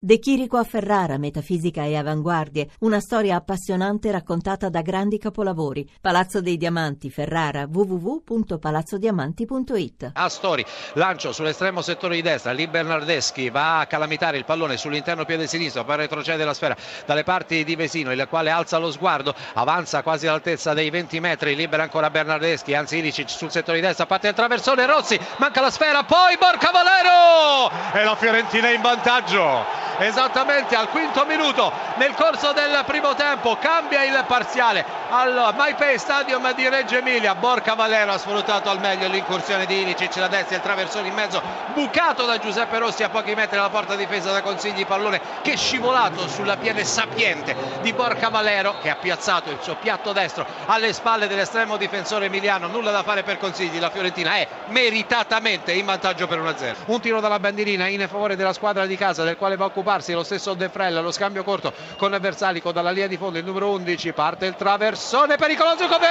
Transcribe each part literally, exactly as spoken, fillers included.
De Chirico a Ferrara, metafisica e avanguardie, una storia appassionante raccontata da grandi capolavori. Palazzo dei Diamanti, Ferrara, w w w punto palazzo diamanti punto it. Astori, lancio sull'estremo settore di destra, lì Bernardeschi va a calamitare il pallone sull'interno piede sinistro, poi retrocede la sfera dalle parti di Vesino, il quale alza lo sguardo, avanza quasi all'altezza dei venti metri, libera ancora Bernardeschi, anzi Ilicic sul settore di destra, parte il traversone, Rossi, manca la sfera, poi Borca Valero e la Fiorentina in vantaggio. Esattamente al quinto minuto nel corso del primo tempo cambia il parziale al MyPay Stadium di Reggio Emilia. Borca Valero ha sfruttato al meglio l'incursione di Ilicic, la destra, il traversone in mezzo bucato da Giuseppe Rossi a pochi metri dalla porta difesa da Consigli, pallone che è scivolato sulla piede sapiente di Borca Valero, che ha piazzato il suo piatto destro alle spalle dell'estremo difensore emiliano. Nulla da fare per Consigli, la Fiorentina è meritatamente in vantaggio per uno a zero. Un tiro dalla bandierina in favore della squadra di casa, del quale va a occuparsi lo stesso De Frel, lo scambio corto con Versalico dalla linea di fondo, il numero undici, parte il traversone pericoloso come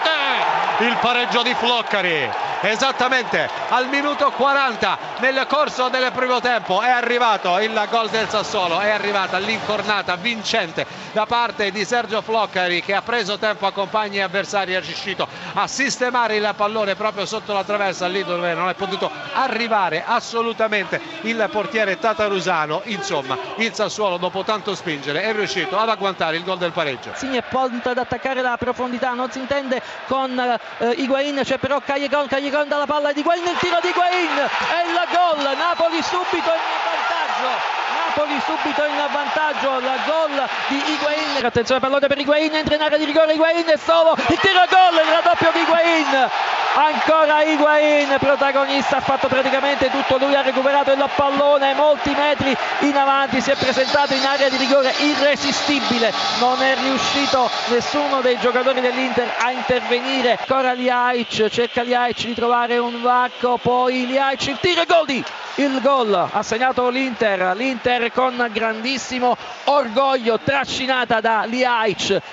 rete, il pareggio di Floccari esattamente al minuto quaranta nel corso del primo tempo. È arrivato il gol del Sassuolo, è arrivata l'incornata vincente da parte di Sergio Floccari, che ha preso tempo a compagni e avversari, è riuscito a sistemare il pallone proprio sotto la traversa, lì dove non è potuto arrivare assolutamente il portiere tatarusano. Insomma, il Sassuolo, dopo tanto spingere, è riuscito ad agguantare il gol del pareggio. Sì, è pronto ad attaccare la profondità, non si intende con eh, Higuain, c'è però Callejon, Callejon dalla palla di Higuain, il tiro di Higuain e il gol. Napoli subito in vantaggio. Napoli subito in vantaggio, la gol di Higuain. Attenzione, pallone per Higuain, entra in area di rigore Higuain e solo il tiro a gol, il raddoppio di Higuain. Ancora Higuain, protagonista, ha fatto praticamente tutto lui, ha recuperato il pallone molti metri in avanti, si è presentato in area di rigore irresistibile, non è riuscito nessuno dei giocatori dell'Inter a intervenire. Ancora Ljajic, cerca Ljajic di trovare un varco, poi Ljajic, il tiro e gol di il gol ha segnato l'Inter, l'Inter con grandissimo orgoglio, trascinata da Ljajic.